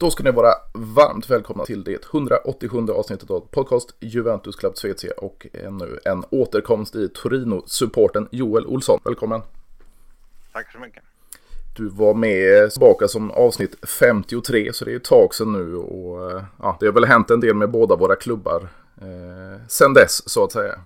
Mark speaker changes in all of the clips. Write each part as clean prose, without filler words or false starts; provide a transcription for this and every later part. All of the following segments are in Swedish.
Speaker 1: Då ska ni vara varmt välkomna till det 187 avsnittet av podcast Juventus Club Svezia och ännu en återkomst i Torino-supporten Joel Olsson. Välkommen!
Speaker 2: Tack så mycket!
Speaker 1: Du var med tillbaka som avsnitt 53, så det är ett tag sedan nu och ja, det har väl hänt en del med båda våra klubbar sen dess så att säga.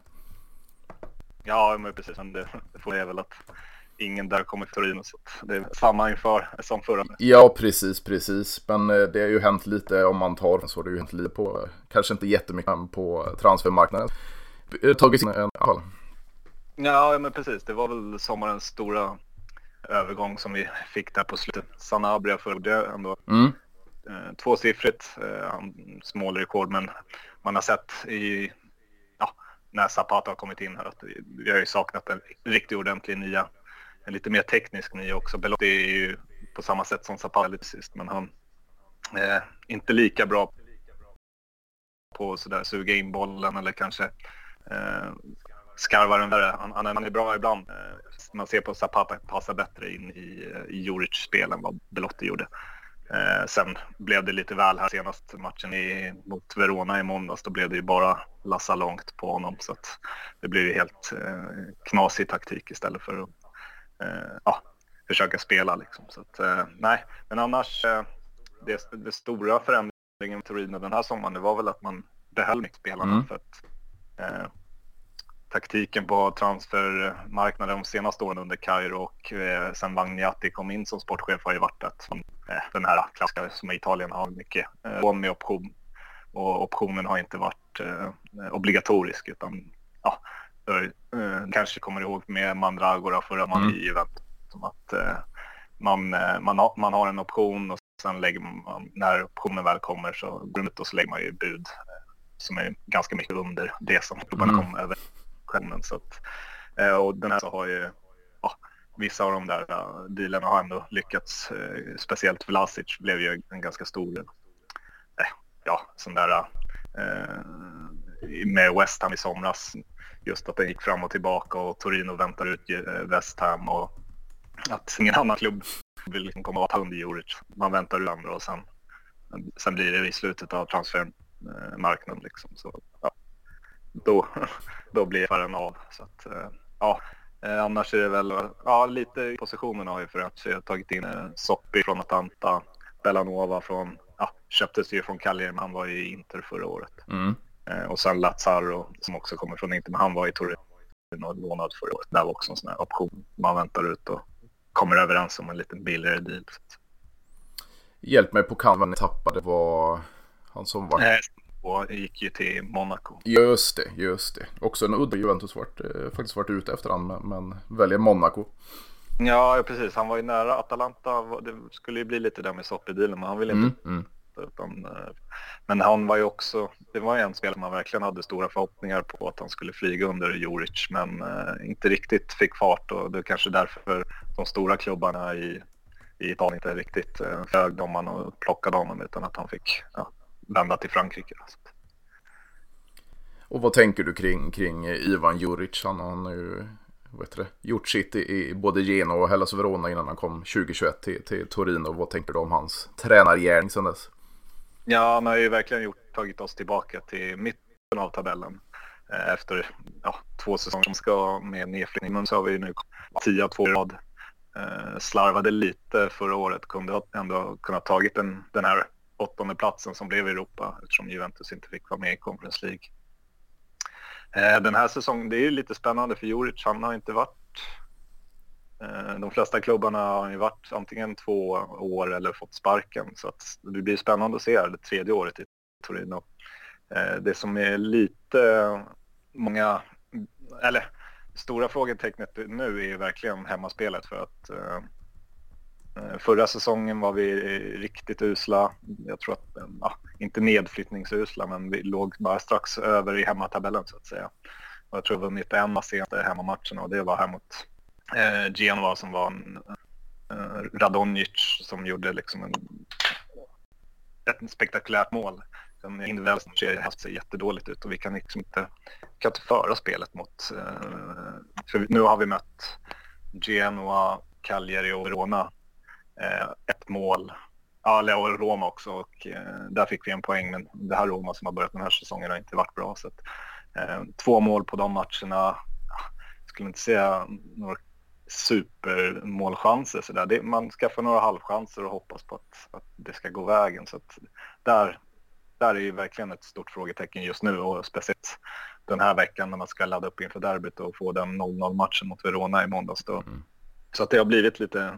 Speaker 2: Ja, men precis. Det får jag väl att ingen där kommer till Torino, så det är samma inför som förra.
Speaker 1: Ja, precis. Men det har ju hänt lite om man tar, så det har ju hänt lite på, kanske inte jättemycket på transfermarknaden. Tagit in en fall.
Speaker 2: Ja, men precis. Det var väl sommarens stora övergång som vi fick där på slutet. Sanabria förde ändå tvåsiffrigt målrekord, men man har sett när Zapata har kommit in här att vi har ju saknat en riktigt ordentlig nia. En lite mer teknisk nia också. Belotti är ju på samma sätt som Zapata lite sist, men han är inte lika bra på sådär suga in bollen eller kanske skarvar den där. Han är bra ibland. Man ser på Zapata passar bättre in i Juric-spel än vad Belotti gjorde. Sen blev det lite väl här senaste matchen mot Verona i måndags. Då blev det ju bara lassa långt på honom, så att det blev ju helt knasig taktik istället för att försöka spela liksom. Så att, nej, men annars det stora förändringen med Torino den här sommaren, det var väl att man behöll mycket spelarna för att taktiken på transfermarknaden de senaste åren under Cairo och sen Vagnati kom in som sportchef har ju varit att den här klassiska som i Italien har mycket lån med option, och optionen har inte varit obligatorisk, utan kanske kommer ihåg med Mandragora förra man i Juventus som att man har en option och sen lägger man, när optionen väl kommer så går ut och så lägger man ju bud som är ganska mycket under det som klubbarna kommer över. Så att, och den här så har ju vissa av de där dealerna har ändå lyckats, speciellt Vlasic blev ju en ganska stor sån där med West Ham i somras, just att den gick fram och tillbaka och Torino väntar ut West Ham och att ingen annan klubb vill liksom komma och ta under Juric. Man väntar ut andra och sen blir det i slutet av transfermarknaden liksom, så då blir affären av. Så att, annars är det väl lite i positionerna har ju förändrats. Jag har tagit in Soppi från Atalanta, Bellanova köptes ju från Cagliari, men han var i Inter förra året. Och sen Lazzaro som också kommer från Inter, men han var i Torino lånad förra året. Det var också en sån här option man väntar ut och kommer överens om en liten billigare deal.
Speaker 1: Hjälp mig på kanvan, tappade var han som var...
Speaker 2: Och gick ju till Monaco.
Speaker 1: Just det. Också en udda Juventus faktiskt varit ute efter han, men väljer Monaco.
Speaker 2: Ja, precis. Han var ju nära Atalanta. Det skulle ju bli lite där med Soppi-dealen, men han ville inte. Men han var ju också... Det var ju en spelare man verkligen hade stora förhoppningar på att han skulle flyga under Juric, men inte riktigt fick fart, och det är kanske därför de stora klubbarna i Italien inte riktigt flög dem och plockade honom, utan att han fick... vända till Frankrike.
Speaker 1: Och vad tänker du kring Ivan Juric? Han har ju gjort sitt i både Genoa och Hellas Verona innan han kom 2021 till Torino. Vad tänker du om hans tränargärning sedan dess? Ja,
Speaker 2: han har ju verkligen tagit oss tillbaka till mitten av tabellen. Efter 2 säsonger som ska med nedflyttning. Men så har vi nu 10-2 rad. Slarvade lite förra året. Kunde ändå kunnat tagit den här 8:e platsen som blev i Europa, eftersom Juventus inte fick vara med i Conference League. Den här säsongen, det är ju lite spännande för Juric. Han har inte varit... de flesta klubbarna har ju varit antingen 2 år eller fått sparken. Så att det blir spännande att se det 3:e året i Torino. Det som är lite många... Eller stora frågetecknet nu är ju verkligen hemmaspelet, för att... Förra säsongen var vi riktigt usla. Jag tror att, inte nedflyttningsusla, men vi låg bara strax över i hemmatabellen så att säga. Och jag tror vi vunnit en av senaste hemmamatcherna, och det var här mot Genoa som var en Radonjic som gjorde liksom ett spektakulärt mål. Den invällningen ser jättedåligt ut och vi kan liksom inte föra spelet mot... för nu har vi mött Genoa, Cagliari och Verona. Ett mål Ja, och Roma också, och där fick vi en poäng, men det här Roma som har börjat den här säsongen har inte varit bra. Så att, 2 mål på de matcherna, jag skulle inte säga några supermålchanser. Så där. Man skaffar några halvchanser och hoppas på att det ska gå vägen. Så att där är ju verkligen ett stort frågetecken just nu, och speciellt den här veckan när man ska ladda upp inför derbyt och få den 0-0-matchen mot Verona i måndags då. Så att det har blivit lite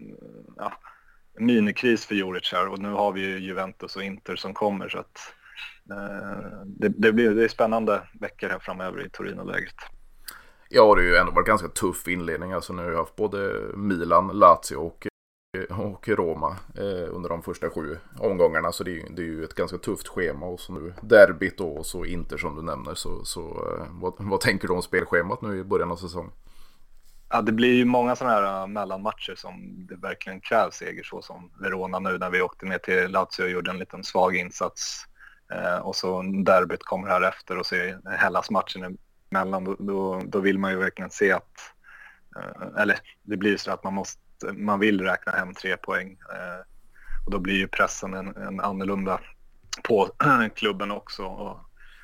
Speaker 2: minikris för Juric här, och nu har vi ju Juventus och Inter som kommer, så att det är spännande veckor här framöver i Torino-lägret.
Speaker 1: Ja, det har ju ändå varit ganska tuff inledning. Alltså nu har jag haft både Milan, Lazio och Roma under de första 7 omgångarna, så det är ju ett ganska tufft schema, och så nu derbyt då, och så Inter som du nämner, så vad tänker du om spelschemat nu i början av säsongen?
Speaker 2: Ja, det blir ju många sådana här mellanmatcher som det verkligen krävs seger, så som Verona nu när vi åkte ner till Lazio och gjorde en liten svag insats, och så derbyt kommer här efter, och så är Hellas-matchen emellan, då vill man ju verkligen se att eller det blir så att man vill räkna hem 3 poäng, och då blir ju pressen en annorlunda på klubben också, och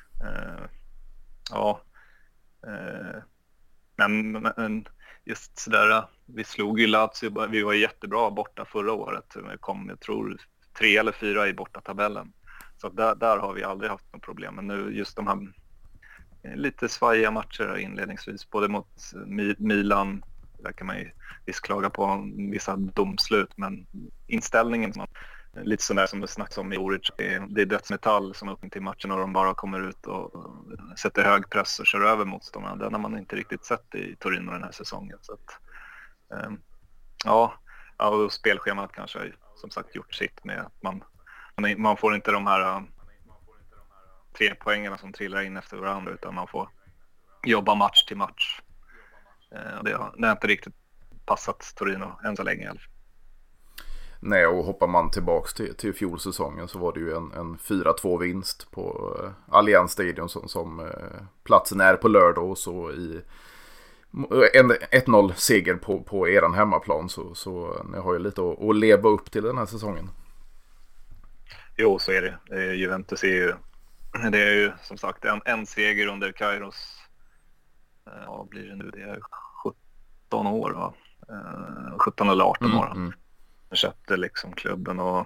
Speaker 2: men just sådär, vi slog ju Lazio, vi var jättebra borta förra året, jag tror 3 eller 4 i bortatabellen, så där har vi aldrig haft något problem. Men nu just de här lite svajiga matcher inledningsvis, både mot Milan, där kan man ju visst klaga på vissa domslut, men inställningen lite sådär som det snackas om i Oric, det är dödsmetall som upp till matchen, och de bara kommer ut och sätter hög press och kör över motståndarna. Den har man inte riktigt sett i Torino den här säsongen. Så att, och spelschemat kanske har som sagt gjort sitt med att man får inte de här 3 poängerna som trillar in efter varandra, utan man får jobba match till match. Det har inte riktigt passat Torino än så länge i alla fall.
Speaker 1: Nej, och hoppar man tillbaks till fjolsäsongen, så var det ju en 4-2 vinst på Allianz Stadium som platsen är på lördag, och så i en 1-0 seger på eran hemmaplan, så ni har ju lite att leva upp till den här säsongen.
Speaker 2: Jo, så är det. Juventus det är ju som sagt en seger under Kairos. Vad blir det nu? Det är 17 år, va? 17 eller 18 år. Köpte liksom klubben, och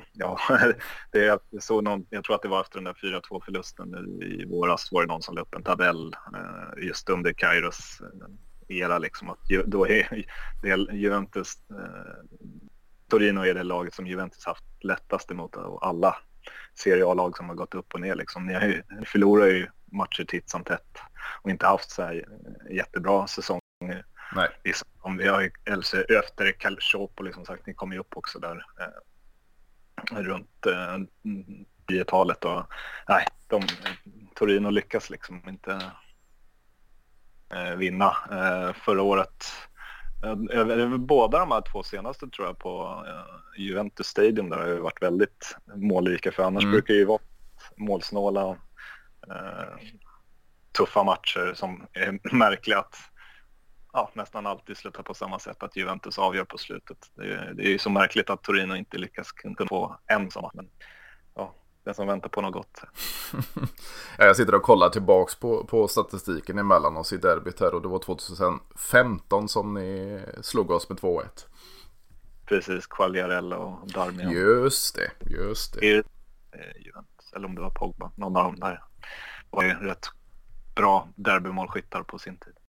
Speaker 2: jag tror att det var efter den där 4-2 förlusten i våras, var det någon som la upp en tabell just under Kairos era, liksom, att då är det Juventus, Torino är det laget som Juventus haft lättast emot av alla Serie A-lag som har gått upp och ner, liksom. Ni förlorar ju matcher titt som tätt och inte haft så här jättebra säsonger.
Speaker 1: Nej.
Speaker 2: Om vi har efter Calciopoli, som sagt, ni kommer ju upp också där runt 10-talet, och nej, Torino lyckas liksom inte vinna. Förra året, båda de här 2 senaste tror jag på Juventus Stadium, där har ju varit väldigt målrika, för annars brukar ju vara målsnåla tuffa matcher som är märkliga att nästan alltid slutar på samma sätt, att Juventus avgör på slutet. Det är ju så märkligt att Torino inte lyckas kunna få en sån, men den som väntar på något gott.
Speaker 1: Jag sitter och kollar tillbaks på statistiken emellan oss i derbyt här, och det var 2015 som ni slog oss med 2-1.
Speaker 2: Precis, Quagliarella och Darmian.
Speaker 1: Just det.
Speaker 2: Juventus, eller om det var Pogba, någon av dem där. Det var ju rätt bra derbymålskyttar på sin tid.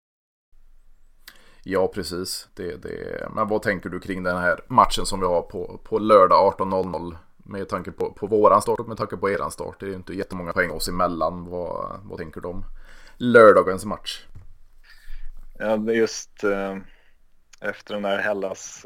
Speaker 1: Ja, precis. Men vad tänker du kring den här matchen som vi har på lördag 18:00, med tanke på våran start och med tanke på eran start? Det är ju inte jättemånga poäng oss emellan. Vad tänker du om lördagens match?
Speaker 2: Ja, just efter den här Hellas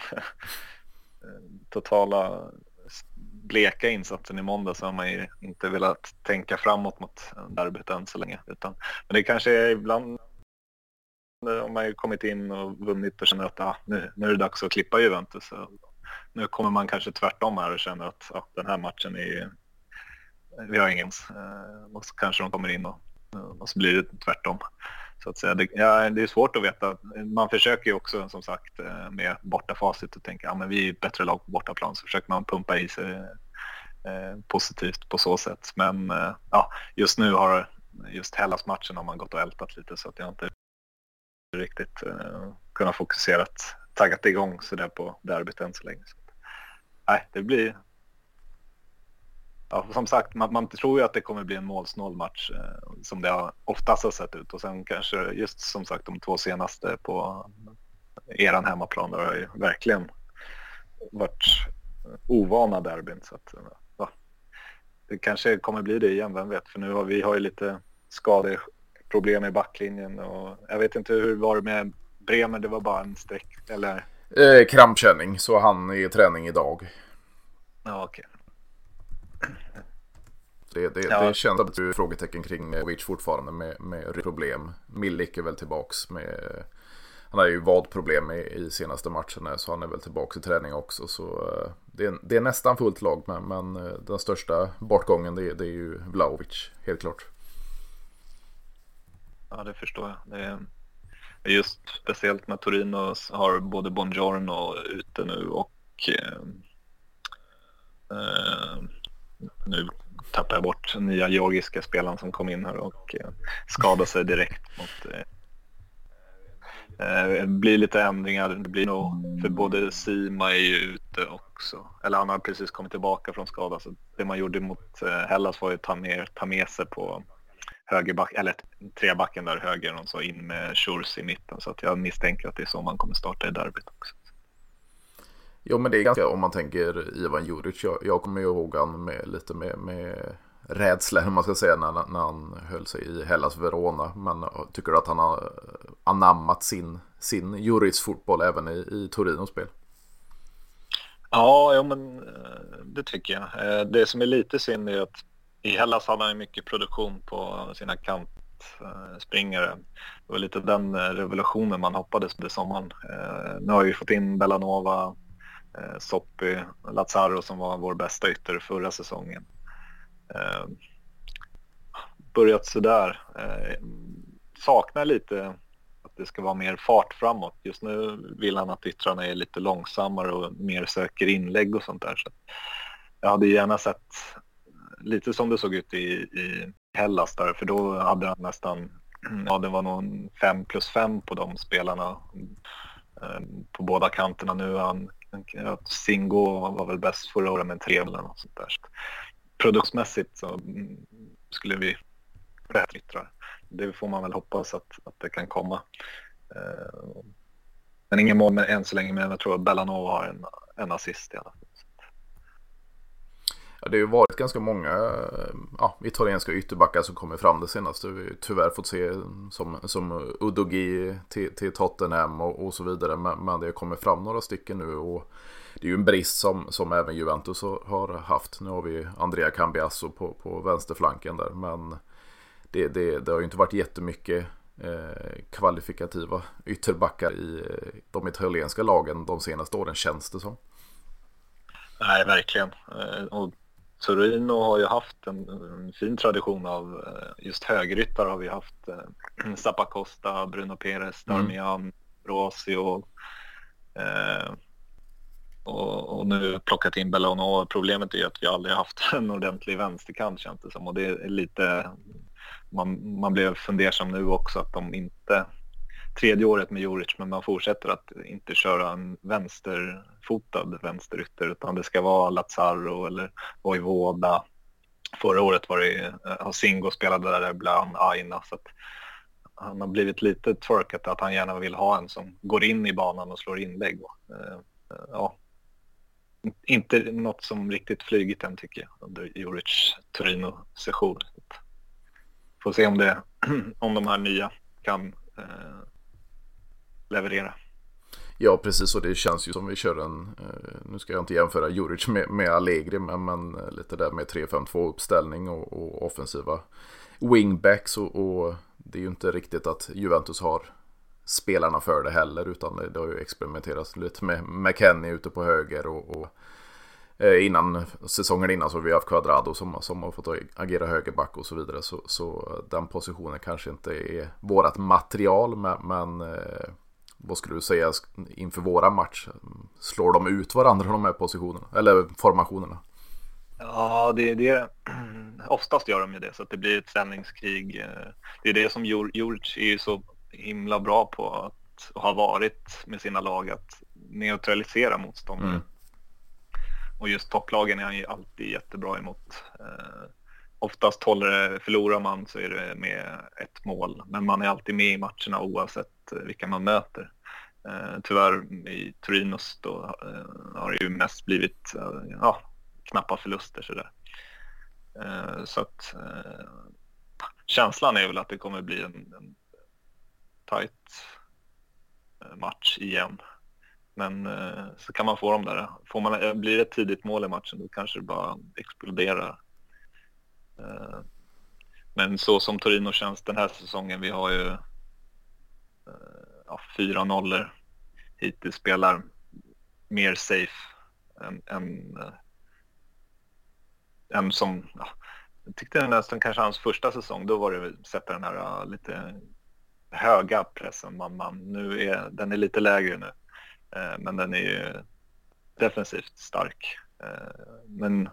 Speaker 2: totala bleka insatsen i måndag, så har man ju inte velat tänka framåt mot derbyt än så länge. Men det kanske är ibland, om man har kommit in och vunnit och känner att nu är det dags att klippa Juventus. Så nu kommer man kanske tvärtom här och känner att den här matchen vi har ingen. Och så kanske de kommer in och så blir det tvärtom. Så att säga. Det är svårt att veta. Man försöker ju också som sagt med bortafacit och tänka men vi är ett bättre lag på bortaplan, så försöker man pumpa i sig positivt på så sätt. Men just nu har just Hellas matchen har man gått och ältat lite, så att jag inte riktigt kunnat fokuserat, taggat igång så där på derbyt än så länge. Så det blir som sagt, man tror ju att det kommer bli en målsnål match som det oftast har sett ut, och sen kanske just som sagt de 2 senaste på eran hemmaplan där har ju verkligen varit ovana derbyn, så att det kanske kommer bli det igen, vem vet, för nu har vi ju lite skadeproblem i backlinjen, och jag vet inte hur var det med Bremer, det var bara en streck eller
Speaker 1: krampkänning, så han är i träning idag.
Speaker 2: Ja, okej.
Speaker 1: Det känns att du är frågetecken kring Witch fortfarande med problem. Milik är väl tillbaks med, han har ju vadproblem i senaste matchen, så han är väl tillbaks i träning också, så det är nästan fullt lag, men den största bortgången det är ju Vlahovic, helt klart.
Speaker 2: Ja, det förstår jag. Det är just speciellt med Torino har både Buongiorno ute nu och nu tappar jag bort nya georgiska spelaren som kom in här och skadade sig direkt mot det blir lite ändringar. Det blir nog, för både Sima är ju ute också, eller han har precis kommit tillbaka från skada, så det man gjorde mot Hellas var ju ta med sig på högerback, eller trebacken där höger, och så in med Schurz i mitten, så att jag misstänker att det är så man kommer starta i derbyt också.
Speaker 1: Jo, men det är ganska, om man tänker Ivan Juric, jag kommer ju ihåg han med rädsla, hur man ska säga, när han höll sig i Hellas Verona, men tycker du att han har anammat sin Juric fotboll även i Torinos spel?
Speaker 2: Ja, men det tycker jag. Det som är lite synd är att i Hellas hade han mycket produktion på sina kantspringare. Det var lite den revolutionen man hoppades på det sommaren. Nu har vi fått in Bellanova, Soppi, Lazzaro som var vår bästa ytter förra säsongen. Börjat sådär. Saknar lite att det ska vara mer fart framåt. Just nu vill han att yttrarna är lite långsammare och mer söker inlägg och sånt där. Så jag hade gärna sett lite som det såg ut i Hellas där, för då hade han nästan, det var nog 5+5 på de spelarna på båda kanterna. Nu är han, Singo var väl bäst förra året med 3 eller något sånt där. Så produktsmässigt så skulle vi rätt yttrar. Det får man väl hoppas att det kan komma. Men ingen mål än så länge, men jag tror att Bellanova har en assist i alla fall.
Speaker 1: Ja, det har ju varit ganska många italienska ytterbackar som kommer fram det senaste. Vi har tyvärr fått se som Udogi till Tottenham och så vidare. Men det kommer fram några stycken nu, och det är ju en brist som även Juventus har haft. Nu har vi Andrea Cambiasso på vänsterflanken där, men det har ju inte varit jättemycket kvalifikativa ytterbackar i de italienska lagen de senaste åren, känns det som.
Speaker 2: Nej, verkligen. Och Torino har ju haft en fin tradition av just högeryttar. Har vi haft Zappacosta, Bruno Perez, Darmian, Rossi och nu plockat in Bellanova. Problemet är att vi aldrig haft en ordentlig vänsterkant, känns det som. Och det är lite, man blev fundersam nu också att de inte, 3:e året med Juric, men man fortsätter att inte köra en vänsterfotad vänsterytter, utan det ska vara Lazzaro eller Vojvoda. Förra året var det Singo spelade där ibland, Aina, så att han har blivit lite twerkat att han gärna vill ha en som går in i banan och slår inlägg. Inte något som riktigt flygit än, tycker jag, under Juric Torino-session. Får se om de här nya kan leverera.
Speaker 1: Ja, precis, och det känns ju som vi kör nu ska jag inte jämföra Juric med Allegri, men lite där med 3-5-2 uppställning och offensiva wingbacks, och det är ju inte riktigt att Juventus har spelarna för det heller, utan det har ju experimenterats lite med McKennie ute på höger och Innan säsongen innan så har vi haft Cuadrado som har fått agera högerback och så vidare. Så den positionen kanske inte är vårat material, men vad skulle du säga inför våra match? Slår de ut varandra de här positionerna eller formationerna?
Speaker 2: Ja, det oftast gör de ju det, så att det blir ett ställningskrig. Det är det som Djuric är ju så himla bra på att ha varit med sina lag, att neutralisera motståndare. Och just topplagen är han ju alltid jättebra emot. Oftast förlorar man så är det med ett mål, men man är alltid med i matcherna oavsett vilka man möter. Tyvärr i Torinos då har det ju mest blivit knappa förluster sådär. Så att känslan är väl att det kommer bli en tight match igen. Men så kan man få dem där. Blir det ett tidigt mål i matchen, då kanske det bara exploderar. Men så som Torino känns den här säsongen, vi har ju 4-0 hittills, spelar mer safe än som... Jag tyckte nästan kanske hans första säsong, då var det sätta den här lite höga pressen. Den är lite lägre nu. Men den är ju defensivt stark. Men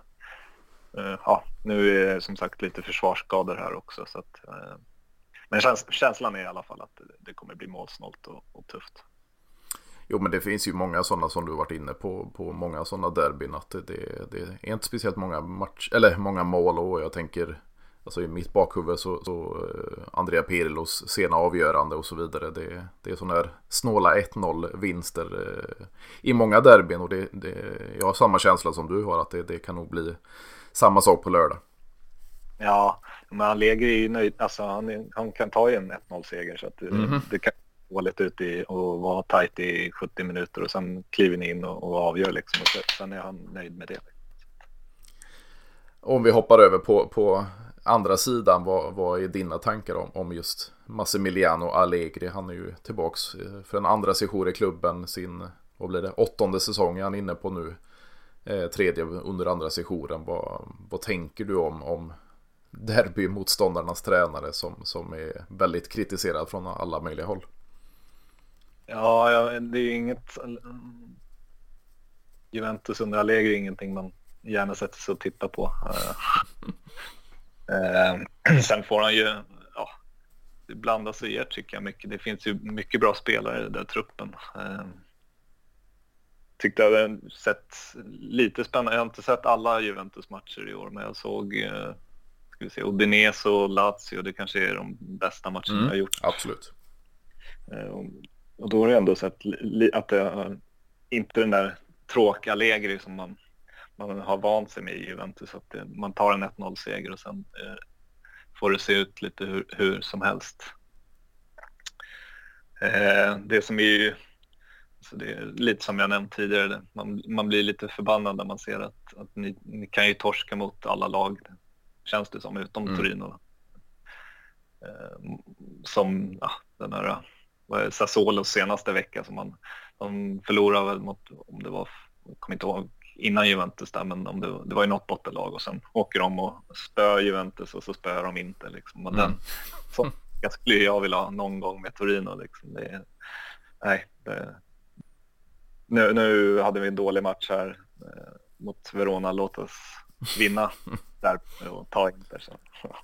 Speaker 2: nu är det som sagt lite försvarsskador här också. Så att, men känslan är i alla fall att det kommer bli målsnålt och tufft.
Speaker 1: Jo, men det finns ju många sådana som du varit inne på många sådana derbyn, att det är inte speciellt många mål, och jag tänker alltså i mitt bakhuvud så Andrea Pirlos sena avgörande och så vidare, det är sådana här snåla 1-0 vinster i många derbyn, och jag har samma känsla som du har, att det kan nog bli samma sak på lördag.
Speaker 2: Ja, men Allegri är ju nöjd, alltså han kan ta en 1-0-seger, så att det kan gå lite ut och vara tajt i 70 minuter och sen kliver ni in och avgör liksom, och sen är han nöjd med det.
Speaker 1: Om vi hoppar över på andra sidan, vad är dina tankar om just Massimiliano Allegri? Han är ju tillbaks för en andra sejour i klubben, sin, vad blir det, 8:e säsong är han inne på nu, 3:e under andra sejouren. Vad tänker du om derbymotståndarnas tränare som är väldigt kritiserad från alla möjliga håll?
Speaker 2: Ja, det är ju inget... Juventus under Allegri är ingenting man gärna sätter sig och tittar på. Sen får han ju... det blandas och ger, tycker jag, mycket. Det finns ju mycket bra spelare i den där truppen. Tyckte jag hade sett lite spännande. Jag har inte sett alla Juventus-matcher i år, men jag såg... Udinese och Lazio, det kanske är de bästa matcherna jag har gjort.
Speaker 1: Absolut.
Speaker 2: Och då har jag ändå sett att det är inte den där tråkiga Allegri som man har vant sig med i Juventus, att man tar en 1-0-seger och sen får det se ut lite hur som helst. Det som är ju, så det är lite som jag nämnt tidigare, man blir lite förbannad när man ser att ni kan ju torska mot alla lag, känns det som, utom Torino. Som den här Sassuolos senaste vecka, som de förlorade väl mot, om det var, jag kommer inte ihåg, innan Juventus där, men det var ju något bottenlag, och sen åker de och spöar Juventus och så spöar de inte liksom. Men den så skulle jag vilja ha någon gång med Torino liksom. Nu hade vi en dålig match här mot Verona, låt oss vinna där och ta Inter, så.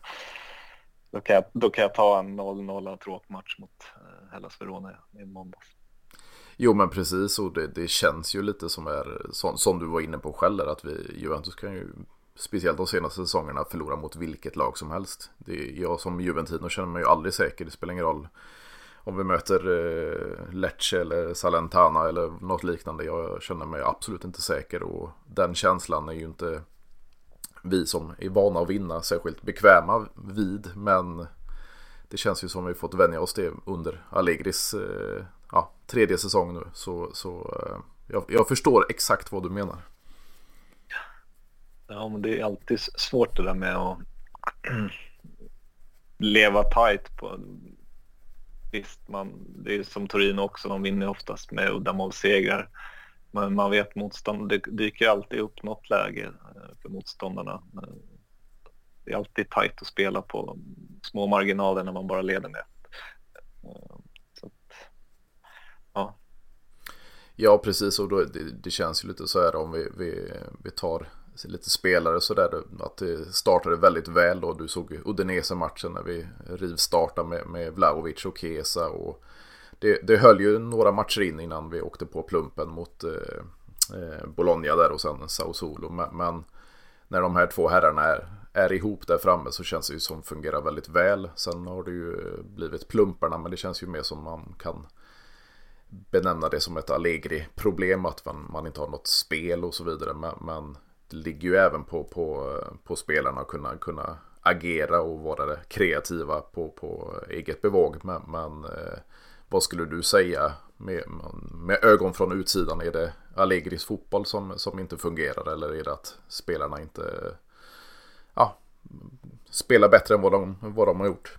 Speaker 2: Då kan jag ta en 0-0 tråkmatch mot Hellas Verona i måndags.
Speaker 1: Jo, men precis, och det känns ju lite som du var inne på själv, att Juventus kan ju, speciellt de senaste säsongerna, förlora mot vilket lag som helst. Jag som Juventino känner mig ju aldrig säker. Det spelar ingen roll om vi möter Lecce eller Salernitana eller något liknande. Jag känner mig absolut inte säker, och den känslan är ju inte vi som är vana att vinna särskilt bekväma vid, men det känns ju som vi fått vänja oss det under Allegris 3:e säsong nu, så jag förstår exakt vad du menar.
Speaker 2: Ja, men det är alltid svårt det där med att leva tight på. Visst, det är som Torino också, de vinner oftast med uddamålssegrar. Men man vet motstånd, det dyker alltid upp något läge för motståndarna. Det är alltid tajt att spela på små marginaler när man bara leder med. Så att, ja.
Speaker 1: Ja, precis. Och då, det känns ju lite så här om vi tar lite spelare så där, att det startade väldigt väl då. Du såg Udinese-matchen när vi rivstartade med Vlahovic och Chiesa, och det höll ju några matcher innan vi åkte på plumpen mot Bologna där och sen Sassuolo. Men när de här två herrarna är ihop där framme så känns det ju som fungerar väldigt väl. Sen har det ju blivit plumparna, men det känns ju mer som man kan benämna det som ett Allegri-problem, att man inte har något spel och så vidare. Men det ligger ju även på spelarna att kunna agera och vara kreativa på eget bevåg. Men vad skulle du säga med ögon från utsidan? Är det Allegris fotboll som inte fungerar, eller är det att spelarna inte spelar bättre än vad de har gjort?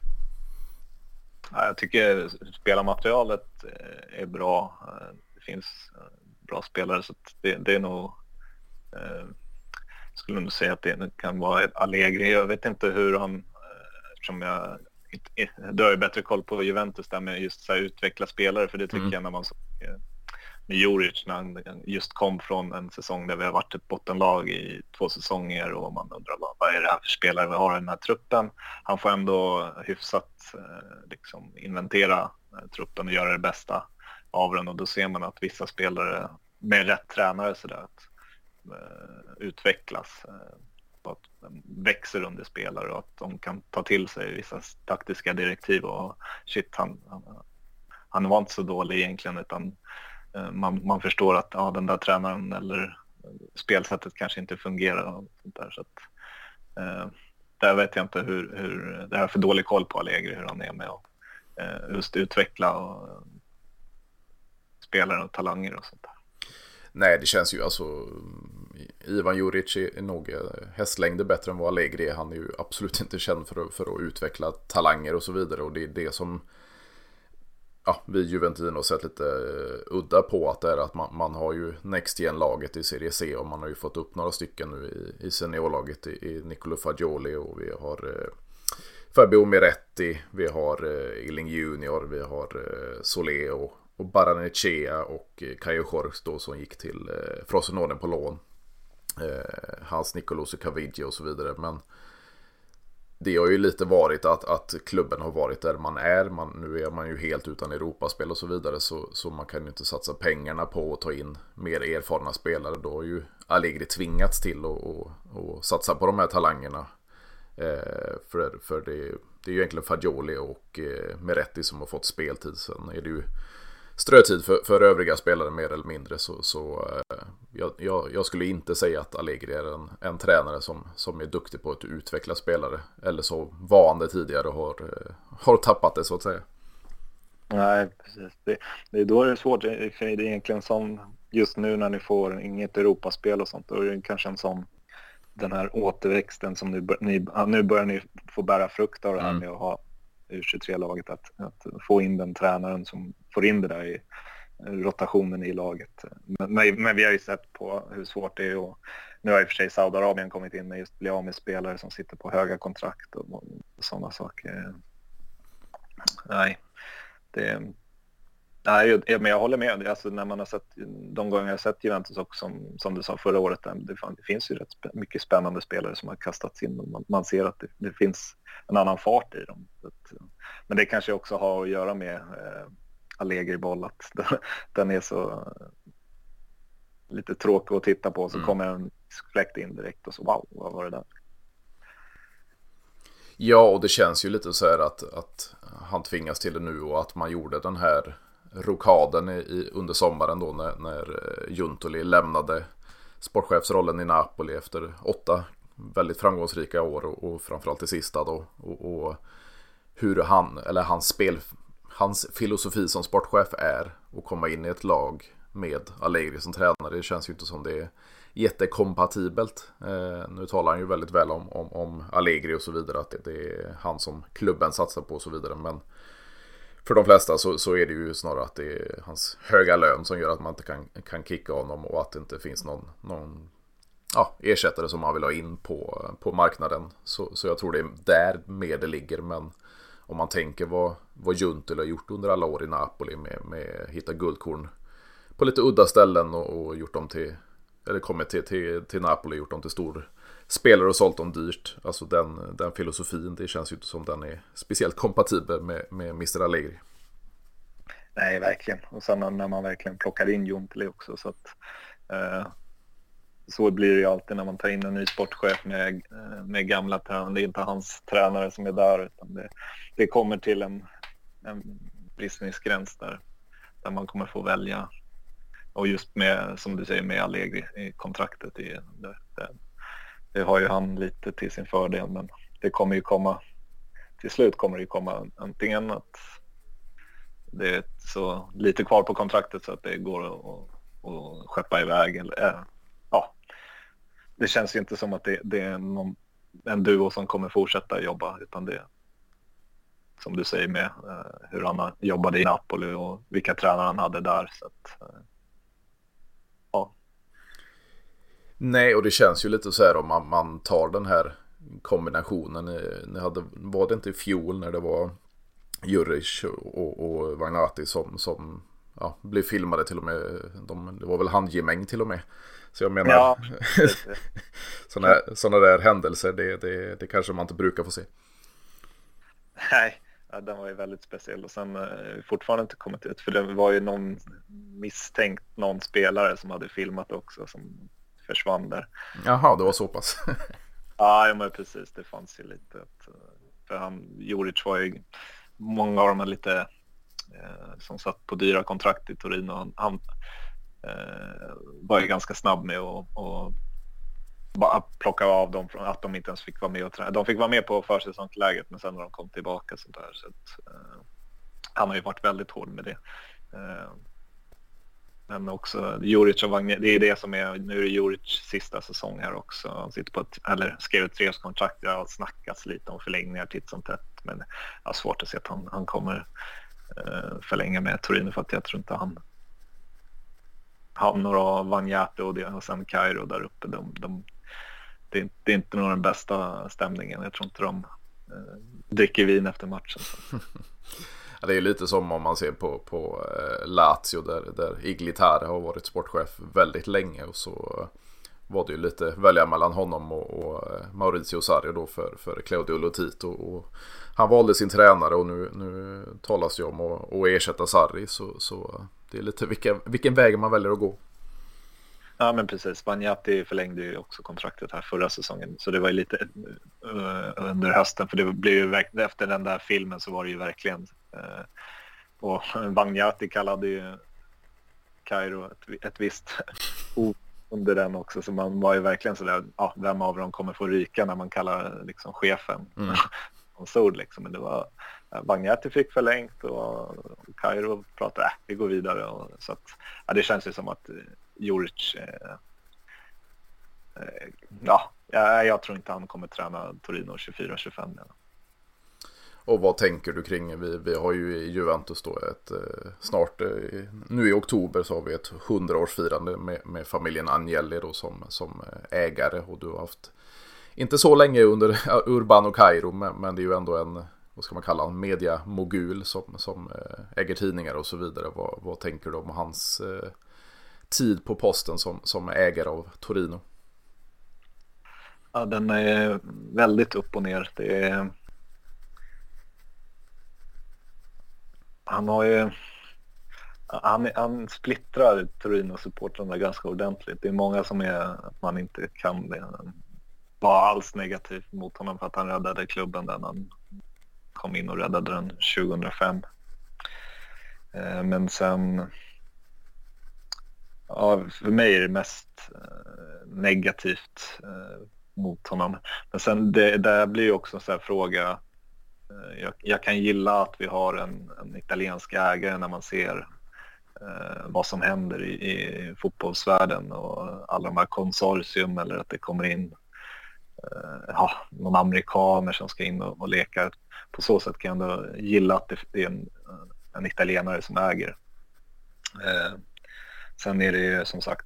Speaker 2: Jag tycker spelarmaterialet är bra. Det finns bra spelare, så det är nog... skulle nog säga att det kan vara ett Allegri. Jag vet inte hur han... Eftersom du har ju bättre koll på Juventus där med just så här utveckla spelare, för det tycker jag när man såg med Juric när han just kom från en säsong där vi har varit ett bottenlag i 2 säsonger, och man undrar vad är det här för spelare vi har i den här truppen. Han får ändå hyfsat liksom inventera truppen och göra det bästa av den, och då ser man att vissa spelare med rätt tränare så där, att utvecklas, att växer under spelare och att de kan ta till sig vissa taktiska direktiv, och shit, han var inte så dålig egentligen, utan man förstår att den där tränaren eller spelsättet kanske inte fungerar och sånt där. Så att, där vet jag inte hur det här är för dålig koll på Allegri, hur han är med och just utveckla och spelare och talanger och sånt där.
Speaker 1: Nej, det känns ju alltså, Ivan Juric är nog hästlängder bättre än vad Allegri är. Han är ju absolut inte känd för att utveckla talanger och så vidare, och det är det som vi Juventino har sett lite udda på, att det är att man har ju Next Gen-laget i Serie C, och man har ju fått upp några stycken nu i seniorlaget i Nicolo Fagioli, och vi har Fabio Miretti, vi har Illing Junior, vi har Solé och Baranechea och Caio Jorge då, som gick till Frosinone på lån, Hans Nicolosi Caviglia och så vidare. Men det har ju lite varit att klubben har varit där man är. Nu är man ju helt utan Europaspel och så vidare, så man kan ju inte satsa pengarna på att ta in mer erfarna spelare. Då har ju Allegri tvingats till att satsa på de här talangerna, för det är ju egentligen Fagioli och Miretti som har fått speltid. Sen är det ju strötid för övriga spelare mer eller mindre, så jag skulle inte säga att Allegri är en tränare som är duktig på att utveckla spelare, eller så var han det tidigare och har tappat det, så att säga.
Speaker 2: Nej, precis. Det är då det är svårt, för det är egentligen som just nu när ni får inget Europaspel och sånt, då är det kanske en sån, den här återväxten som nu börjar ni få bära frukt av det här med att ha U23-laget, att få in den tränaren som får in det där i rotationen i laget. Men vi har ju sett på hur svårt det är, och nu har i och för sig Saudiarabien kommit in med just bli av med spelare som sitter på höga kontrakt och sådana saker. Nej, men jag håller med. Alltså, när man har sett de gånger jag har sett Juventus också, som du sa förra året, det finns ju rätt mycket spännande spelare som har kastats in, och man ser att det finns en annan fart i dem. Men det kanske också har att göra med Allegri-boll, att den är så lite tråkig att titta på, så kommer en fläkt in direkt och så wow, vad var det där?
Speaker 1: Ja, och det känns ju lite så här att han tvingas till det nu, och att man gjorde den här rokaden under sommaren då när Giuntoli lämnade sportchefsrollen i Napoli efter 8 väldigt framgångsrika år, och framförallt det sista då, och hur hans filosofi som sportchef är att komma in i ett lag med Allegri som tränare. Det känns ju inte som det är jättekompatibelt. Nu talar han ju väldigt väl om Allegri och så vidare, att det är han som klubben satsar på och så vidare, men för de flesta så är det ju snarare att det är hans höga lön som gör att man inte kan kicka honom och att det inte finns någon ersättare som man vill ha in på marknaden. Så jag tror det är där med det ligger. Men om man tänker vad Juntel har gjort under alla år i Napoli med hitta guldkorn på lite udda ställen och gjort dem till, eller kommit till Napoli och gjort dem till stor spelare och sålt dem dyrt. Alltså den filosofin, det känns ju inte som den är speciellt kompatibel med Mr. Allegri.
Speaker 2: Nej, verkligen. Och sen när man verkligen plockar in Juntel också, så att så blir det ju alltid när man tar in en ny sportchef med gamla tränare. Det är inte hans tränare som är där, utan det kommer till en bristningsgräns där man kommer få välja. Och just med, som du säger, med Allegri i kontraktet, det har ju han lite till sin fördel, men det kommer ju komma, till slut kommer det ju komma antingen att det är så lite kvar på kontraktet så att det går att skeppa iväg, eller det känns ju inte som att det är en duo som kommer fortsätta jobba, utan det, som du säger, med hur han jobbade i Napoli och vilka tränare han hade där, så att
Speaker 1: Nej, och det känns ju lite så här om man tar den här kombinationen. Var det inte i fjol när det var Juric och Vagnati som blev filmade till och med. Det var väl handgemäng till och med. Så jag menar, såna där händelser, det kanske man inte brukar få se.
Speaker 2: Nej, den var ju väldigt speciell. Och sen fortfarande inte kommit ut, för det var ju någon spelare som hade filmat också som försvann där.
Speaker 1: Jaha, det var så pass.
Speaker 2: Ja, men precis, det fanns ju lite för Juric var ju många av dem lite som satt på dyra kontrakt i Torino. Han var ju ganska snabb med att bara plocka av dem från att de inte ens fick vara med och träna. De fick vara med på försäsongsläget, men sen när de kom tillbaka så där, så att, han har ju varit väldigt hård med det. Men också Juric och Wagner, det är det som är, nu är det Juric sista säsong här också. Han sitter på skrev ett 3-årskontrakt. Det har snackats lite om förlängningar titt som tätt, men jag har svårt att se att han kommer förlänga med Torino, för att jag tror inte han och Vagnate och sen Cairo där uppe, det är inte nog den bästa stämningen. Jag tror inte de dricker vin efter matchen.
Speaker 1: Ja, det är lite som om man ser på Lazio där Iglitare har varit sportchef väldigt länge, och så var det ju lite välja mellan honom och Maurizio Sarri då för Claudio Lotito, och han valde sin tränare, och nu talas det om att ersätta Sarri, så det är lite vilken väg man väljer att gå.
Speaker 2: Ja, men precis. Vagnati förlängde ju också kontraktet här förra säsongen, så det var ju lite under hösten, för det blev ju efter den där filmen så var det ju verkligen och Vagnati kallade ju Cairo ett visst ord under den också, så man var ju verkligen sådär, vem av dem kommer få ryka när man kallar liksom chefen ord liksom. Men det var Vagnati fick förlängt och Cairo pratade vi går vidare, och så att det känns ju som att Juric jag tror inte han kommer träna Torino 24-25.
Speaker 1: Och vad tänker du kring, vi har ju i Juventus då snart, nu i oktober så har vi ett 100-årsfirande med familjen Agnelli då som ägare, och du har haft inte så länge under Urban och Cairo, men det är ju ändå en, vad ska man kalla, en mediamogul som äger tidningar och så vidare. Vad tänker du om hans tid på posten som ägare av Torino?
Speaker 2: Ja, den är väldigt upp och ner. Han splittrar Torino-supportrarna ganska ordentligt. Det är många som är att man inte kan vara alls negativ mot honom för att han räddade klubben när han kom in och räddade den 2005. Men sen för mig är det mest negativt mot honom. Men sen det blir ju också en sån här fråga. Jag kan gilla att vi har en italiensk ägare när man ser vad som händer i fotbollsvärlden och alla de här konsortium, eller att det kommer in någon amerikaner som ska in och leka. På så sätt kan jag ändå gilla att det är en italienare som äger. Sen är det ju som sagt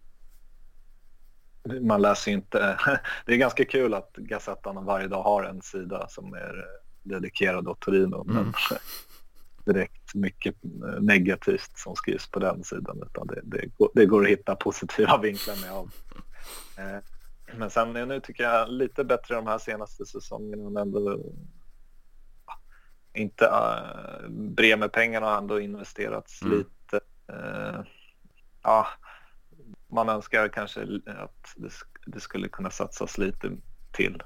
Speaker 2: man läser ju inte. Det är ganska kul att Gazettan varje dag har en sida som är dedikerad åt Torino, men direkt mycket negativt som skrivs på den sidan, utan det går att hitta positiva vinklar med allt. Men sen nu tycker jag lite bättre de här senaste säsongerna, men ändå inte Bremer-pengarna har ändå investerats lite. Man önskar kanske att det skulle kunna satsas lite till.